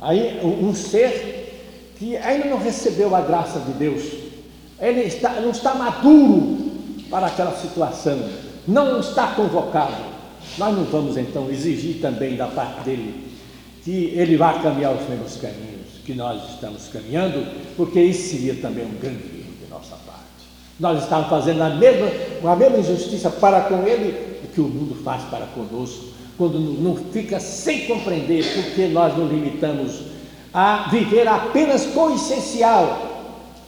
Aí um ser que ainda não recebeu a graça de Deus, ele não está maduro para aquela situação, não está convocado. Nós não vamos então exigir também da parte dele que ele vá caminhar os mesmos caminhos que nós estamos caminhando, porque isso seria também um grande erro de nossa parte. Nós estamos fazendo a mesma injustiça para com ele que o mundo faz para conosco, quando não fica sem compreender porque nós nos limitamos a viver apenas com o essencial,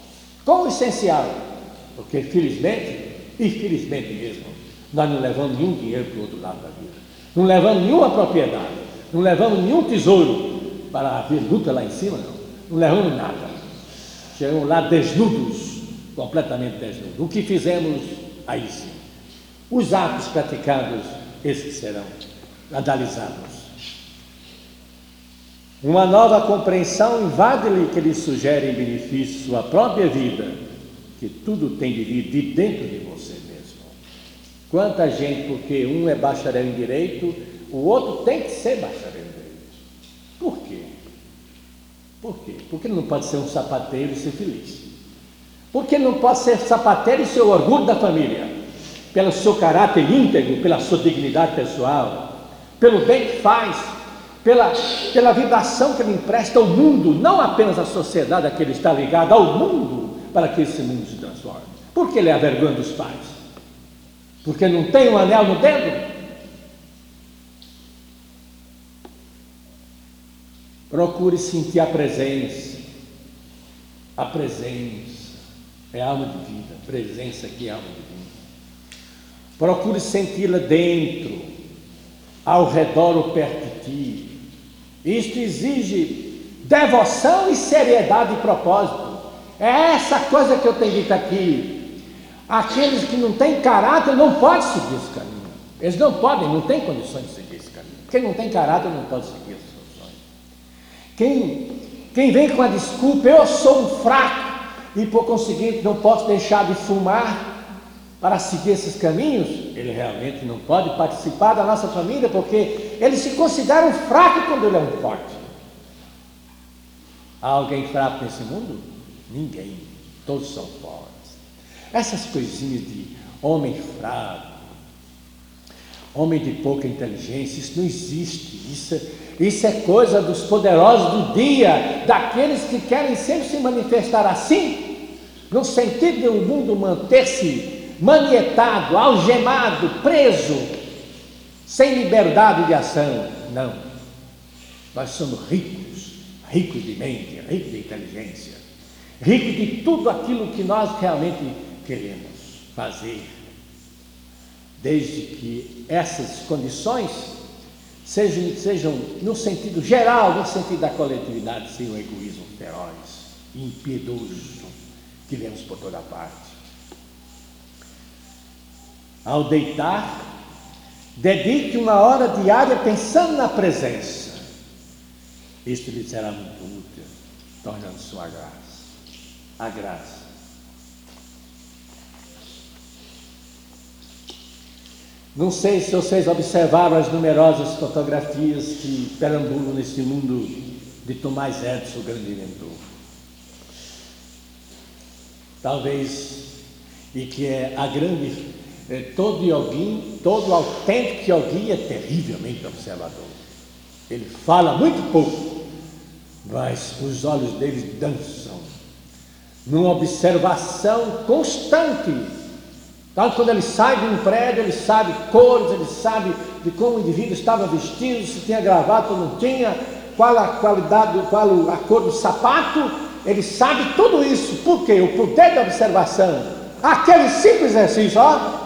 porque infelizmente mesmo, nós não levamos nenhum dinheiro para o outro lado da vida, não levamos nenhuma propriedade, não levamos nenhum tesouro para haver luta lá em cima, não levamos nada, chegamos lá desnudos, completamente desnudos. O que fizemos, aí sim, os atos praticados, esses serão analisados. Uma nova compreensão invade-lhe que lhe sugere em benefício sua própria vida, que tudo tem de vir de dentro de você mesmo. Quanta gente, porque um é bacharel em direito, o outro tem que ser bacharel em direito. Por quê? Porque ele não pode ser um sapateiro e ser feliz. Porque ele não pode ser sapateiro e ser o orgulho da família, pelo seu caráter íntegro, pela sua dignidade pessoal, pelo bem que faz, pela vibração que ele empresta ao mundo, não apenas à sociedade a que ele está ligado, ao mundo, para que esse mundo se transforme. Por que ele é a vergonha dos pais? Porque não tem um anel no dedo? Procure sentir a presença. A presença é alma de vida, presença que é alma de vida. Procure senti-la dentro, ao redor ou perto de ti. Isto exige devoção e seriedade e propósito. É essa coisa que eu tenho dito aqui. Aqueles que não têm caráter não podem seguir esse caminho. Eles não podem, não têm condições de seguir esse caminho. Quem não tem caráter não pode seguir essas soluções. Quem vem com a desculpa, eu sou um fraco e por conseguinte não posso deixar de fumar para seguir esses caminhos, ele realmente não pode participar da nossa família, porque ele se considera um fraco quando ele é um forte. Há alguém fraco nesse mundo? Ninguém, todos são fortes. Essas coisinhas de homem fraco, homem de pouca inteligência, isso não existe, isso é coisa dos poderosos do dia, daqueles que querem sempre se manifestar assim, no sentido de o mundo manter-se manietado, algemado, preso, sem liberdade de ação. Não, nós somos ricos de mente, ricos de inteligência, ricos de tudo aquilo que nós realmente queremos fazer, desde que essas condições sejam no sentido geral, no sentido da coletividade, sem o egoísmo feroz e impiedoso que vemos por toda parte. Ao deitar, dedique uma hora diária pensando na presença. Isto lhe será muito útil, tornando sua graça. A graça. Não sei se vocês observaram as numerosas fotografias que perambulam nesse mundo de Tomás Edison, o grande inventor. Talvez, e que é a grande... todo yoguin, todo autêntico yoguin é terrivelmente observador. Ele fala muito pouco, mas os olhos dele dançam numa observação constante. Então, quando ele sai de um prédio, ele sabe cores, ele sabe de como o indivíduo estava vestido, se tinha gravata ou não tinha, qual a qualidade, qual a cor do sapato, ele sabe tudo isso. Por quê? O poder da observação. Aquele simples exercício, ó.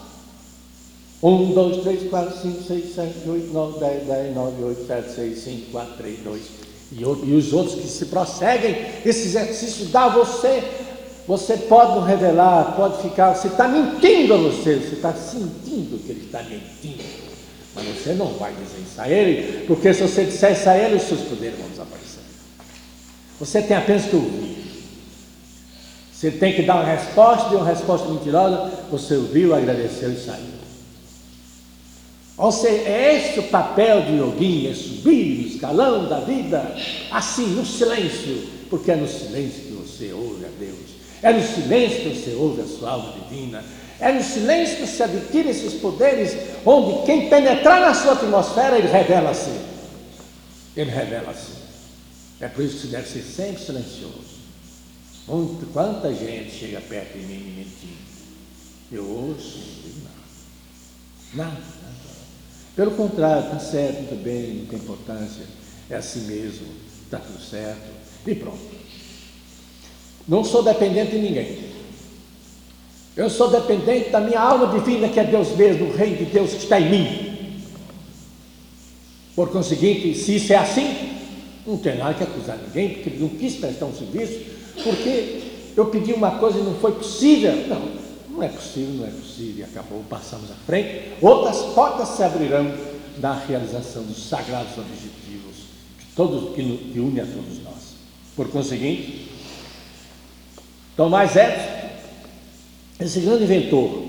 1, 2, 3, 4, 5, 6, 7, 8, 9, 10, 10, 9, 8, 7, 6, 5, 4, 3, 2 e os outros que se prosseguem. Esse exercício dá a você pode não revelar, pode ficar, você está mentindo a você está sentindo que ele está mentindo, mas você não vai dizer isso a ele, porque se você disser isso a ele, os seus poderes vão desaparecer. Você tem apenas que ouvir. Você tem que dar uma resposta, deu uma resposta mentirosa, você ouviu, agradeceu e saiu. Ou seja, é esse o papel do yogin, é subir no escalão da vida, assim, no silêncio, porque é no silêncio que você ouve a Deus, é no silêncio que você ouve a sua alma divina, é no silêncio que você adquire esses poderes, onde quem penetrar na sua atmosfera, ele revela-se. Ele revela-se. É por isso que você deve ser sempre silencioso. Quanta gente chega perto de mim me mentindo. Eu ouço, não digo nada. Nada. Pelo contrário, está certo, muito bem, não tem importância, é assim mesmo, está tudo certo, e pronto. Não sou dependente de ninguém. Eu sou dependente da minha alma divina, que é Deus mesmo, o Reino de Deus que está em mim. Por conseguinte, se isso é assim, não tem nada que acusar ninguém, porque ele não quis prestar um serviço, porque eu pedi uma coisa e não foi possível. Não é possível, e acabou, passamos à frente. Outras portas se abrirão na realização dos sagrados objetivos que une a todos nós. Por conseguinte, Tomás Edison, esse grande inventor,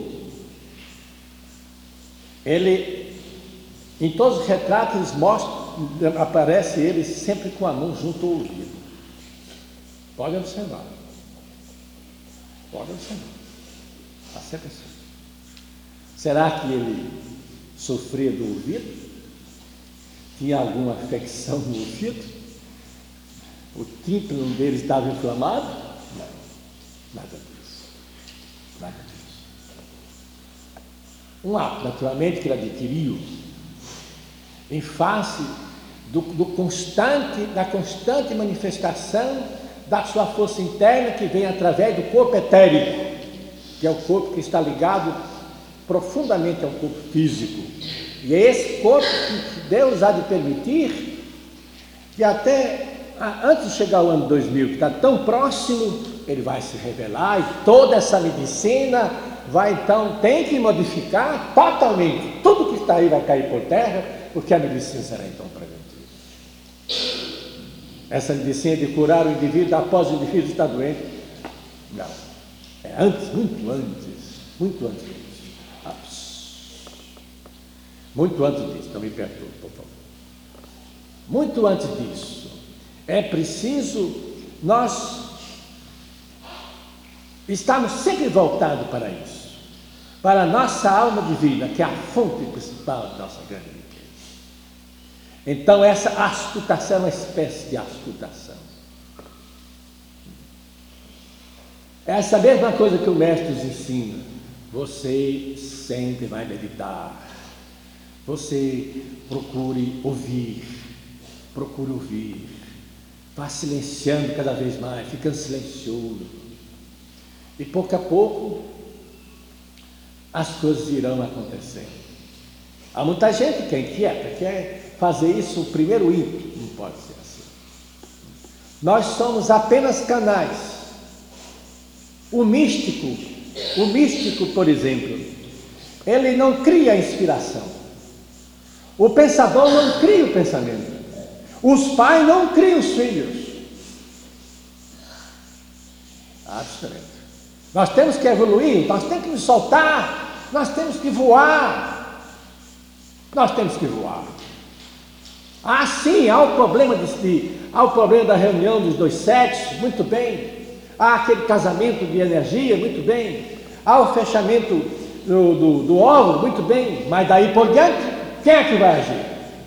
ele, em todos os retratos, aparece ele sempre com a mão junto ao ouvido. Pode observar. Está sempre assim. Será que ele sofria do ouvido? Tinha alguma afecção no ouvido? O tímpano dele estava inflamado? Não, nada disso. Um ato, naturalmente, que ele adquiriu em face da constante manifestação da sua força interna, que vem através do corpo etérico, que é o corpo que está ligado profundamente ao corpo físico. E é esse corpo que Deus há de permitir que até antes de chegar ao ano 2000, que está tão próximo, ele vai se revelar, e toda essa medicina vai então, tem que modificar totalmente. Tudo que está aí vai cair por terra, porque a medicina será então preventiva. Essa medicina de curar o indivíduo após o indivíduo estar doente, não. É antes, muito antes disso. Muito antes disso, não me perturbe, por favor. Muito antes disso, é preciso nós estarmos sempre voltados para isso, para a nossa alma divina, que é a fonte principal da nossa grande riqueza. Então, essa auscultação é uma espécie de auscultação. É essa mesma coisa que o mestre nos ensina. Você sempre vai meditar. Você procure ouvir. Vá silenciando cada vez mais, ficando silencioso. E pouco a pouco as coisas irão acontecendo. Há muita gente que é inquieta, quer fazer isso o primeiro ímpeto. Não pode ser assim. Nós somos apenas canais. O místico, por exemplo, ele não cria a inspiração. O pensador não cria o pensamento. Os pais não criam os filhos. Absolutamente. Nós temos que evoluir, nós temos que nos soltar, nós temos que voar. Ah, sim, há o problema da reunião dos dois sexos, muito bem. Há aquele casamento de energia, muito bem. Há o fechamento do óvulo, muito bem. Mas daí por diante, quem é que vai agir?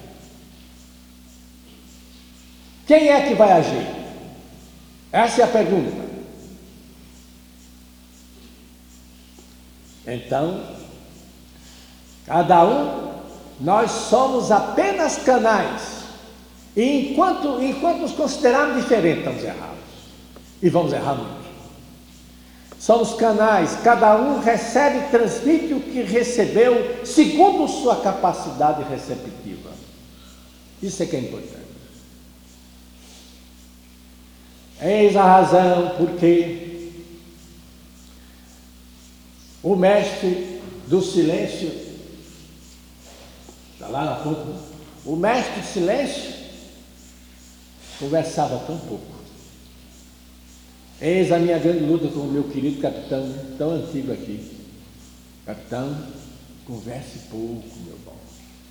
Quem é que vai agir? Essa é a pergunta. Então, cada um, nós somos apenas canais. E enquanto nos considerarmos diferentes, estamos errados. E vamos errar muito. Somos canais, cada um recebe e transmite o que recebeu segundo sua capacidade receptiva. Isso é que é importante. Eis a razão porque o mestre do silêncio, está lá na ponta, o mestre do silêncio conversava tão pouco. Eis a minha grande luta com o meu querido capitão, tão antigo aqui. Capitão, converse pouco, meu bom.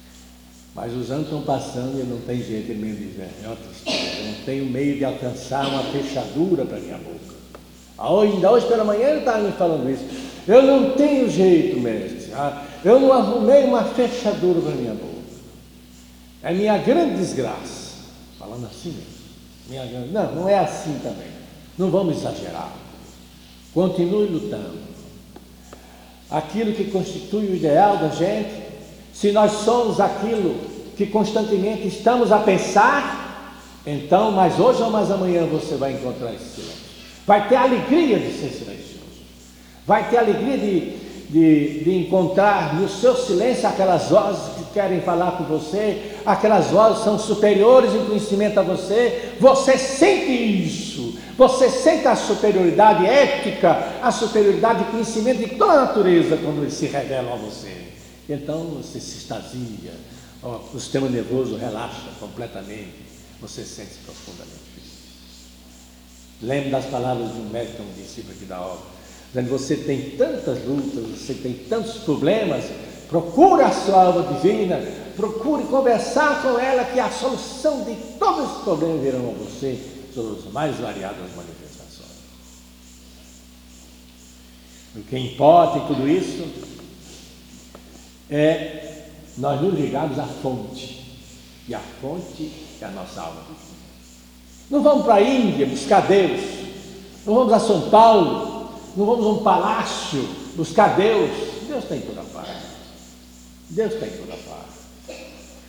Mas os anos estão passando e não tem jeito, ele mesmo diz, é outra história, eu não tenho meio de alcançar uma fechadura para minha boca. Ainda hoje pela manhã ele estava me falando isso. Eu não tenho jeito, mestre. Eu não arrumei uma fechadura para minha boca. É minha grande desgraça. Falando assim mesmo. Não é assim também. Não vamos exagerar. Continue lutando. Aquilo que constitui o ideal da gente, se nós somos aquilo que constantemente estamos a pensar, então, mais hoje ou mais amanhã você vai encontrar esse silêncio. Vai ter a alegria de ser silencioso. Vai ter a alegria de encontrar no seu silêncio aquelas vozes que querem falar com você, aquelas vozes que são superiores em conhecimento a você. Você sente isso. Você sente a superioridade ética, a superioridade de conhecimento de toda a natureza quando eles se revelam a você. Então você se extasia, o sistema nervoso relaxa completamente, você sente-se profundamente feliz. Lembre das palavras de um médico, um discípulo aqui da obra, dizendo: você tem tantas lutas, você tem tantos problemas, procure a sua alma divina, procure conversar com ela, que a solução de todos os problemas virão a você, sobre as mais variadas manifestações. O que importa em tudo isso é nós nos ligarmos à fonte, e a fonte é a nossa alma divina. Não vamos para a Índia buscar Deus, não vamos a São Paulo, não vamos a um palácio buscar Deus. Deus tem toda a parte. Deus tem toda a parte.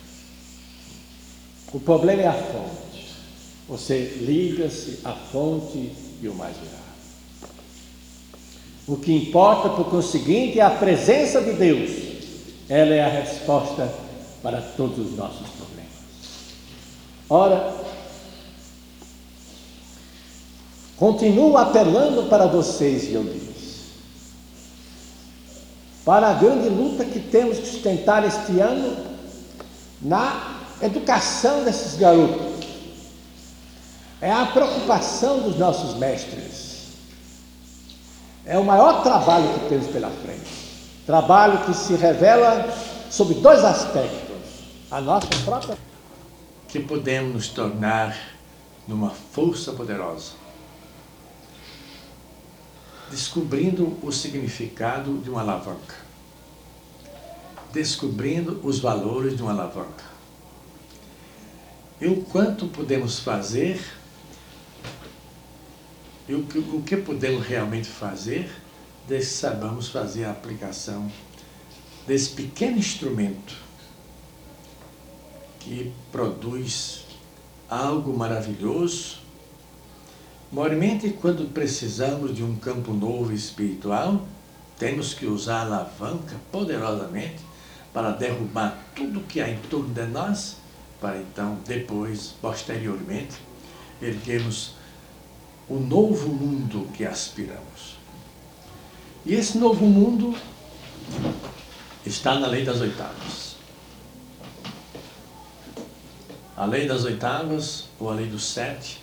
O problema é a fonte. Você liga-se à fonte e o mais virá. O que importa, por conseguinte, é a presença de Deus. Ela é a resposta para todos os nossos problemas. Ora, continuo apelando para vocês, Yoguis, para a grande luta que temos que sustentar este ano na educação desses garotos. É a preocupação dos nossos mestres. É o maior trabalho que temos pela frente. Trabalho que se revela sob dois aspectos. A nossa própria... que podemos nos tornar numa força poderosa, descobrindo o significado de uma alavanca, descobrindo os valores de uma alavanca, e o quanto podemos fazer, e o que podemos realmente fazer, desde que saibamos fazer a aplicação desse pequeno instrumento que produz algo maravilhoso. Mormente, quando precisamos de um campo novo espiritual, temos que usar a alavanca poderosamente para derrubar tudo que há em torno de nós, para então, depois, posteriormente, erguermos o novo mundo que aspiramos. E esse novo mundo está na lei das oitavas. A lei das oitavas, ou a lei dos 7,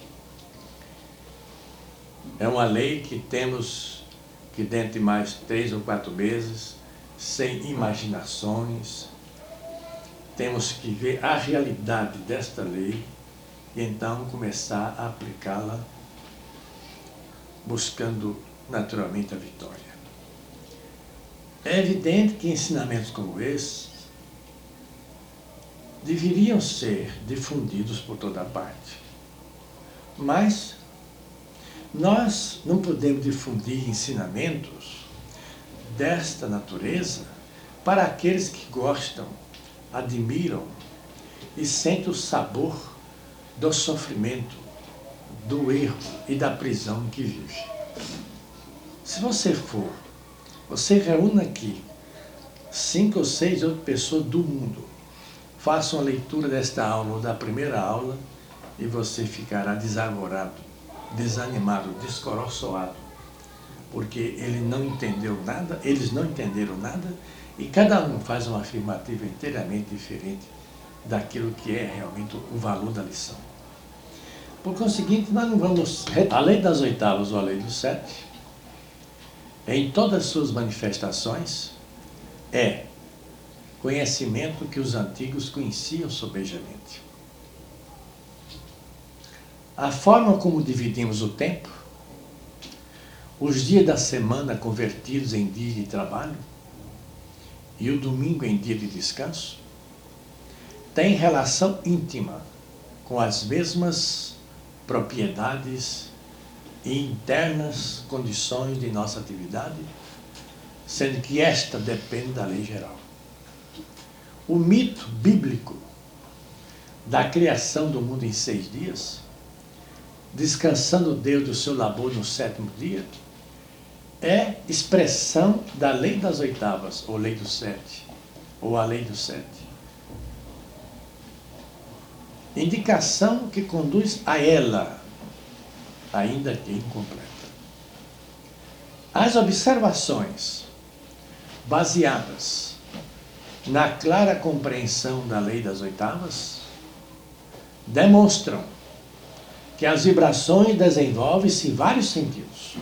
é uma lei que temos que, dentro de mais 3 ou 4 meses, sem imaginações, temos que ver a realidade desta lei e então começar a aplicá-la, buscando naturalmente a vitória. É evidente que ensinamentos como esse deveriam ser difundidos por toda parte, mas nós não podemos difundir ensinamentos desta natureza para aqueles que gostam, admiram e sentem o sabor do sofrimento, do erro e da prisão em que vive. Se você reúne aqui 5 ou 6 outras pessoas do mundo, faça uma leitura desta aula ou da primeira aula e você ficará desagorado, desanimado, descoroçoado, porque ele não entendeu nada, eles não entenderam nada, e cada um faz uma afirmativa inteiramente diferente daquilo que é realmente o valor da lição. Por conseguinte, nós não vamos... A lei das oitavas ou a lei dos 7, em todas as suas manifestações, é conhecimento que os antigos conheciam sobejamente. A forma como dividimos o tempo, os dias da semana convertidos em dias de trabalho e o domingo em dia de descanso, tem relação íntima com as mesmas propriedades e internas condições de nossa atividade, sendo que esta depende da lei geral. O mito bíblico da criação do mundo em 6 dias, descansando Deus do seu labor no 7º dia, é expressão da lei das oitavas, ou lei do 7, ou a lei do 7. Indicação que conduz a ela, ainda que incompleta. As observações baseadas na clara compreensão da lei das oitavas demonstram que as vibrações desenvolvem-se em vários sentidos.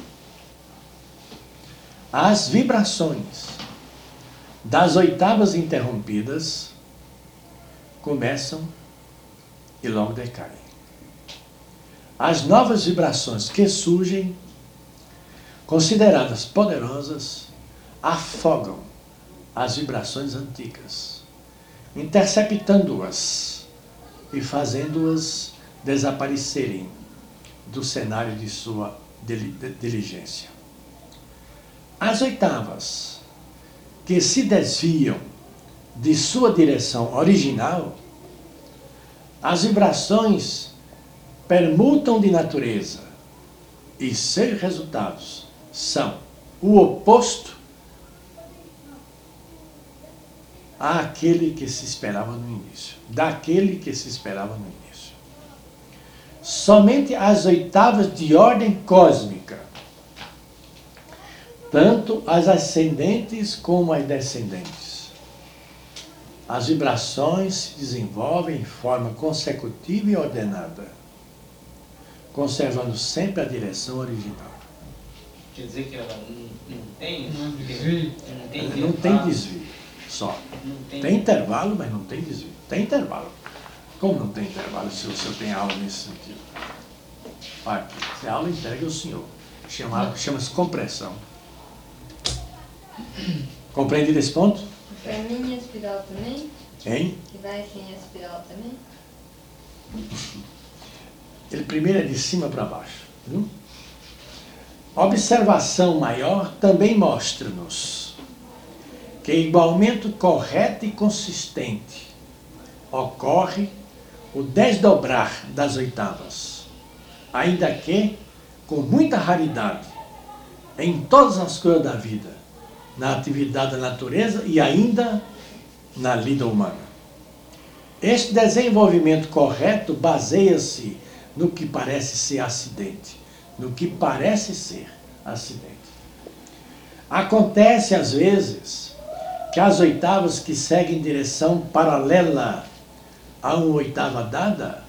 As vibrações das oitavas interrompidas começam e logo decaem. As novas vibrações que surgem, consideradas poderosas, afogam as vibrações antigas, interceptando-as e fazendo-as desaparecerem do cenário de sua diligência. As oitavas que se desviam de sua direção original, as vibrações permutam de natureza e seus resultados são o oposto àquele que se esperava no início, daquele que se esperava no início. Somente as oitavas de ordem cósmica, tanto as ascendentes como as descendentes, as vibrações se desenvolvem em forma consecutiva e ordenada, conservando sempre a direção original. Quer dizer que ela não tem desvio. Não tem desvio, só. Tem intervalo, mas não tem desvio. Tem intervalo. Como não tem intervalo se o senhor tem aula nesse sentido? Olha, se a aula entregue ao senhor. Chama-se compressão. Compreendido esse ponto? Para mim, a espiral também? Hein? Que vai sem a espiral também? Ele primeiro é de cima para baixo. Viu? Observação maior também mostra-nos que igualmente correto e consistente ocorre o desdobrar das oitavas, ainda que com muita raridade em todas as coisas da vida, na atividade da natureza e ainda na lida humana. Este desenvolvimento correto baseia-se no que parece ser acidente. No que parece ser acidente. Acontece, às vezes, que as oitavas que seguem direção paralela a uma oitava dada,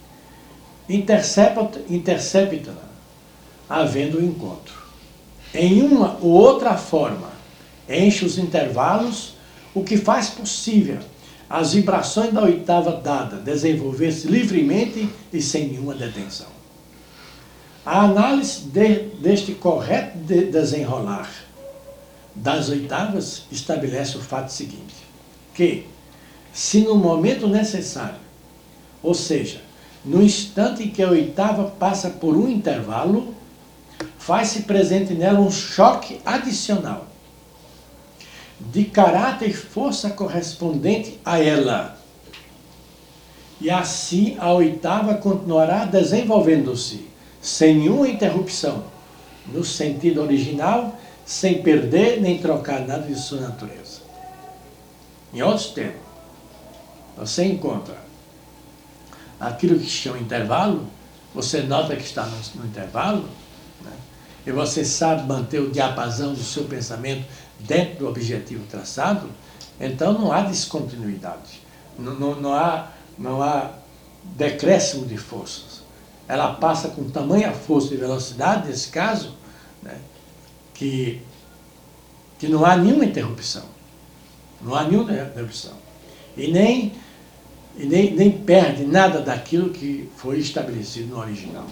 interceptam-na, havendo um encontro. Em uma ou outra forma, enche os intervalos, o que faz possível as vibrações da oitava dada desenvolver-se livremente e sem nenhuma detenção. A análise deste correto desenrolar das oitavas estabelece o fato seguinte, que, se no momento necessário, ou seja, no instante em que a oitava passa por um intervalo, faz-se presente nela um choque adicional, de caráter e força correspondente a ela. E assim a oitava continuará desenvolvendo-se, sem nenhuma interrupção, no sentido original, sem perder nem trocar nada de sua natureza. Em outros termos, você encontra aquilo que chama intervalo, você nota que está no intervalo, né? E você sabe manter o diapasão do seu pensamento dentro do objetivo traçado, então não há descontinuidade, não há decréscimo de forças. Ela passa com tamanha força e velocidade, nesse caso, né, que não há nenhuma interrupção. Não há nenhuma interrupção. E nem perde nada daquilo que foi estabelecido no original.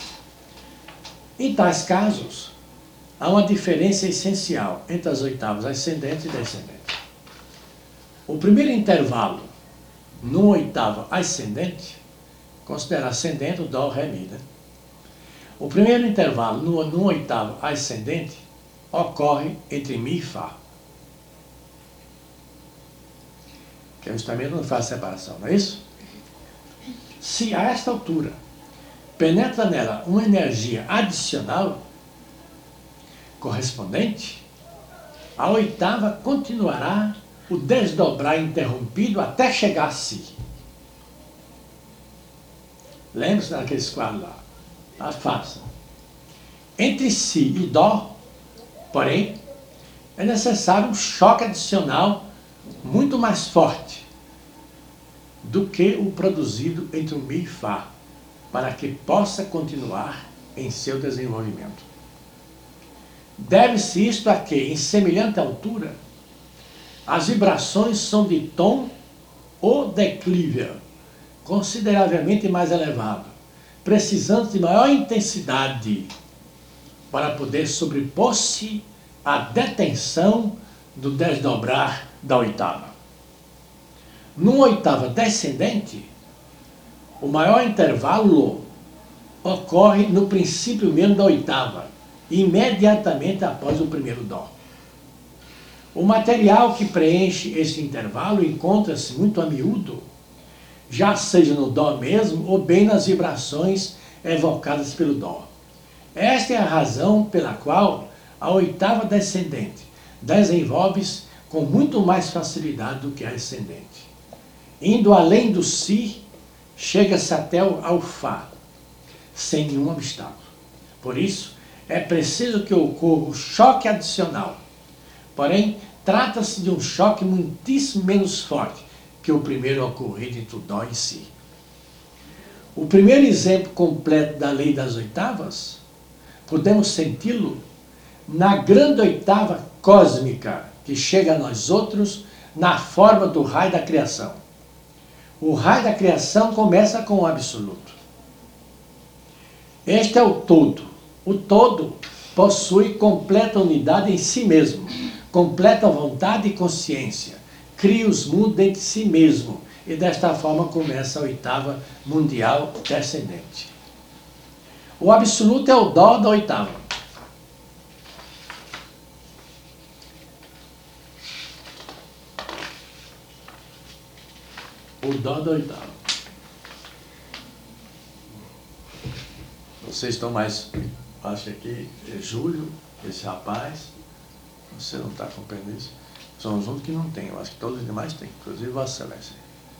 Em tais casos, há uma diferença essencial entre as oitavas ascendente e descendente. O primeiro intervalo, numa oitava ascendente, considera ascendente o Dó, Ré, Mi, né? O primeiro intervalo, numa oitava ascendente, ocorre entre Mi e Fá. Que o instrumento não faz separação, não é isso? Se a esta altura penetra nela uma energia adicional correspondente, a oitava continuará o desdobrar interrompido até chegar a Si. Lembre-se daqueles quadros lá. A faça. Entre Si e Dó, porém, é necessário um choque adicional muito mais forte do que o produzido entre o Mi e Fá, para que possa continuar em seu desenvolvimento. Deve-se isto a que, em semelhante altura, as vibrações são de tom ou declive, consideravelmente mais elevado, precisando de maior intensidade para poder sobrepor-se à detenção do desdobrar da oitava. Numa oitava descendente, o maior intervalo ocorre no princípio mesmo da oitava, imediatamente após o primeiro Dó. O material que preenche esse intervalo encontra-se muito a miúdo, já seja no Dó mesmo ou bem nas vibrações evocadas pelo Dó. Esta é a razão pela qual a oitava descendente desenvolve-se com muito mais facilidade do que a ascendente. Indo além do Si, chega-se até ao Fá, sem nenhum obstáculo. Por isso, é preciso que ocorra o choque adicional. Porém, trata-se de um choque muitíssimo menos forte que o primeiro ocorrido entre o Dó e Si. O primeiro exemplo completo da lei das oitavas, podemos senti-lo na grande oitava cósmica que chega a nós outros na forma do raio da criação. O raio da criação começa com o absoluto. Este é o todo. O todo possui completa unidade em si mesmo, completa vontade e consciência, cria os mundos dentro de si mesmo, e desta forma começa a oitava mundial descendente. O absoluto é o Dó da oitava. O Dó da oitava. Vocês estão mais... Acho que aqui é Júlio, esse rapaz. Você não está compreendendo isso? São os únicos que não tem. Eu acho que todos os demais têm, inclusive Vossa Excelência.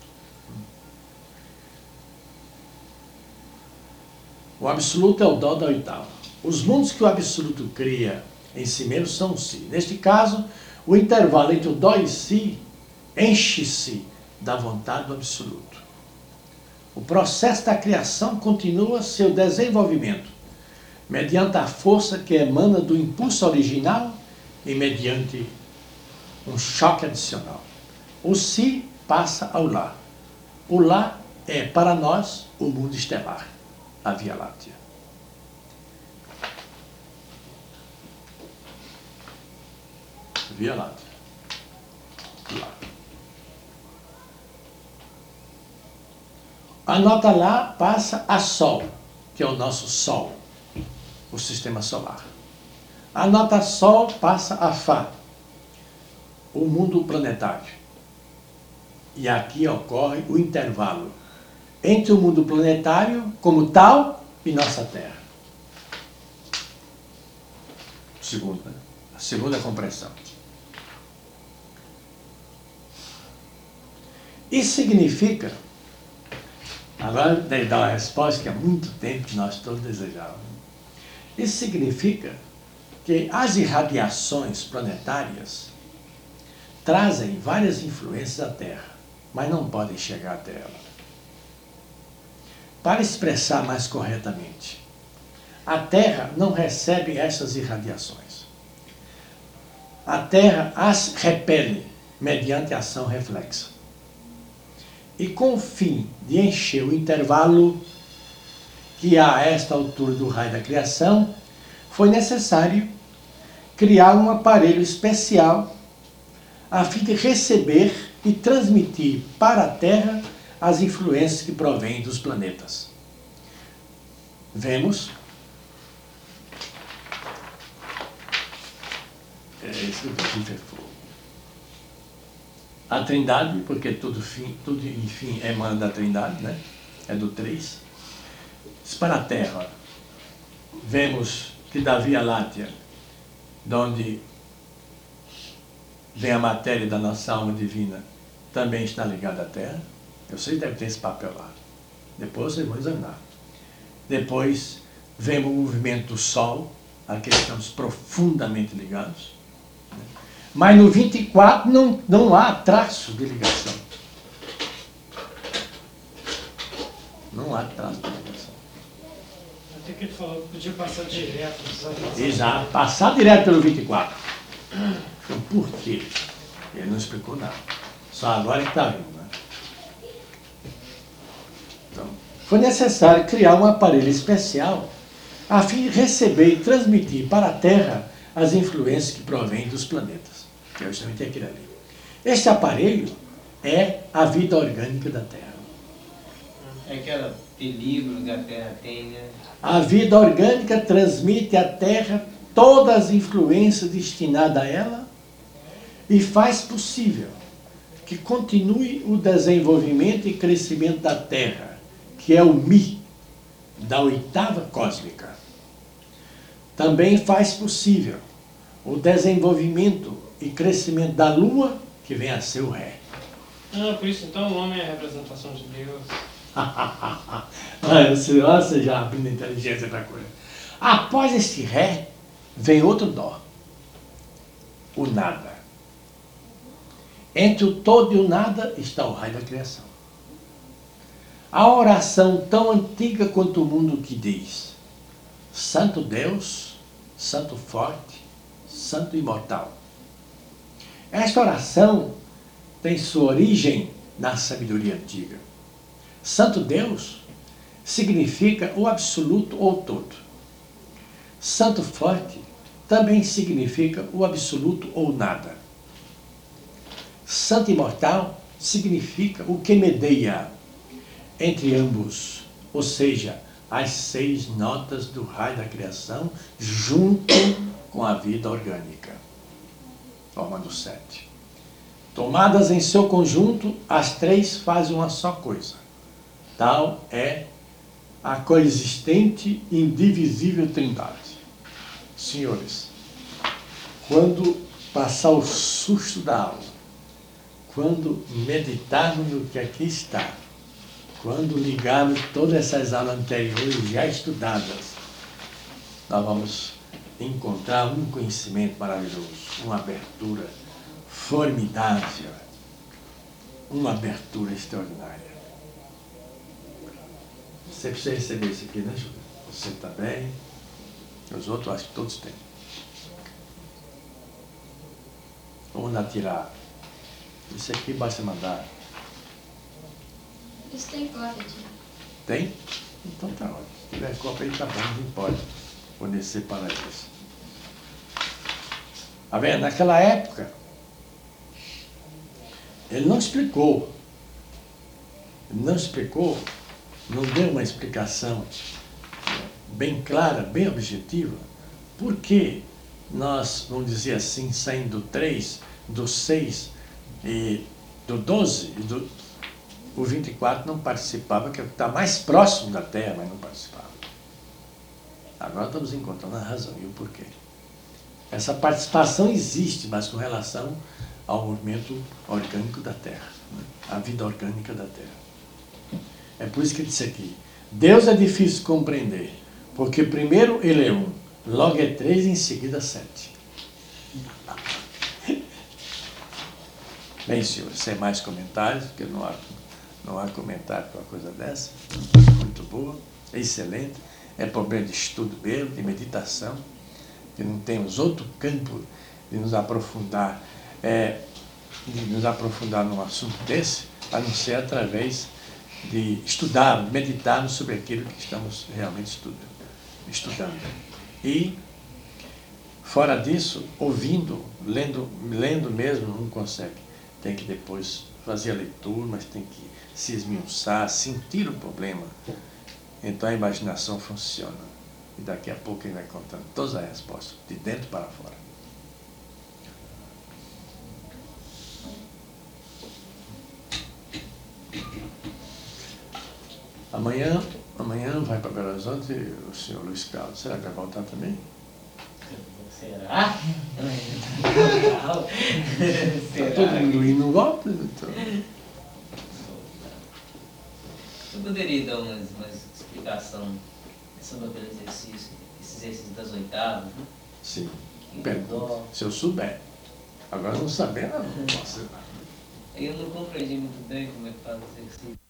O absoluto é o Dó da oitava. Os mundos que o absoluto cria em si mesmo são Si. Neste caso, o intervalo entre o Dó e Si enche-se da vontade do absoluto. O processo da criação continua seu desenvolvimento, mediante a força que emana do impulso original e mediante um choque adicional. O Si passa ao Lá. O Lá é, para nós, o mundo estelar, a Via Láctea. Via Láctea. Lá. A nota Lá passa a Sol, que é o nosso Sol, o sistema solar. A nota Sol passa a Fá, o mundo planetário. E aqui ocorre o intervalo entre o mundo planetário como tal e nossa Terra. A segunda compreensão. Isso significa, agora deve dar uma resposta que há muito tempo que nós todos desejávamos. Isso significa que as irradiações planetárias trazem várias influências à Terra, mas não podem chegar até ela. Para expressar mais corretamente, a Terra não recebe essas irradiações. A Terra as repele mediante ação reflexa. E com o fim de encher o intervalo que há a esta altura do raio da criação, foi necessário criar um aparelho especial a fim de receber e transmitir para a Terra as influências que provêm dos planetas. Vemos esse objetivo é fogo. A Trindade, porque tudo enfim emana da Trindade, né? É do 3. Para a Terra, vemos que da Via Láctea, de onde vem a matéria da nossa alma divina, também está ligada à Terra. Eu sei que deve ter esse papel lá. Depois vocês vão examinar. Depois vemos o movimento do Sol, a que estamos profundamente ligados. Mas no 24 não há traço de ligação. Não há traço de ligação. Até que ele falou que podia passar direto. Exato, passar direto pelo 24. Então, por quê? Ele não explicou nada. Só agora que está vindo, né? Então, foi necessário criar um aparelho especial a fim de receber e transmitir para a Terra as influências que provêm dos planetas, que é justamente aquilo ali. Este aparelho é a vida orgânica da Terra. É aquela peligro que a Terra tem, né? A vida orgânica transmite à Terra todas as influências destinadas a ela e faz possível que continue o desenvolvimento e crescimento da Terra, que é o Mi, da oitava cósmica. Também faz possível o desenvolvimento e crescimento da Lua, que vem a ser o Ré. Ah, por isso então o homem é a representação de Deus. Você já abrindo a inteligência para a coisa. Após este Ré, vem outro Dó. O nada. Entre o todo e o nada está o raio da criação. A oração tão antiga quanto o mundo que diz: Santo Deus, Santo Forte, Santo Imortal. Esta oração tem sua origem na sabedoria antiga. Santo Deus significa o absoluto ou todo. Santo Forte também significa o absoluto ou nada. Santo Imortal significa o que medeia entre ambos, ou seja, as 6 notas do raio da criação junto com a vida orgânica, formando 7. Tomadas em seu conjunto, as 3 fazem uma só coisa. Tal é a coexistente e indivisível Trindade. Senhores, quando passar o susto da alma, quando meditarmos no que aqui está, quando ligarmos todas essas aulas anteriores já estudadas, nós vamos encontrar um conhecimento maravilhoso, uma abertura formidável, uma abertura extraordinária. Você precisa receber isso aqui, né, Júlia? Você também, os outros acho que todos têm. Vamos lá tirar. Isso aqui basta mandar. Isso tem cópia, tio. Tem? Então tá ótimo. Se tiver cópia aí, tá bom, não pode fornecer para eles. Tá vendo? Naquela época, ele não explicou. Não deu uma explicação bem clara, bem objetiva, por que nós, vamos dizer assim, saindo do 3, do 6 e do 12, o 24 não participava, que é o que está mais próximo da Terra, mas não participava. Agora estamos encontrando a razão e o porquê. Essa participação existe, mas com relação ao movimento orgânico da Terra, né? A vida orgânica da Terra. É por isso que ele disse aqui, Deus é difícil de compreender, porque primeiro ele é 1, logo é 3 e em seguida 7. Bem, senhores, sem mais comentários, porque não há comentário para uma coisa dessa. Muito boa, excelente. É problema de estudo mesmo, de meditação, que não temos outro campo de nos aprofundar. de nos aprofundar num assunto desse, a não ser através de estudar, meditarmos sobre aquilo que estamos realmente estudando. E, fora disso, ouvindo, lendo mesmo, não consegue. Tem que depois fazer a leitura, mas tem que se esmiuçar, sentir o problema. Então a imaginação funciona. E daqui a pouco ele vai contando todas as respostas, de dentro para fora. Amanhã vai para Belo Horizonte o senhor Luiz Carlos. Será que vai voltar também? Será? Está todo mundo indo no golpe, então. Você poderia dar uma explicação sobre aquele exercício, esses exercícios das oitavas, né? Sim. Pergunta. Se eu souber. Agora não saber, não posso. Eu não compreendi muito bem como é que faz o exercício.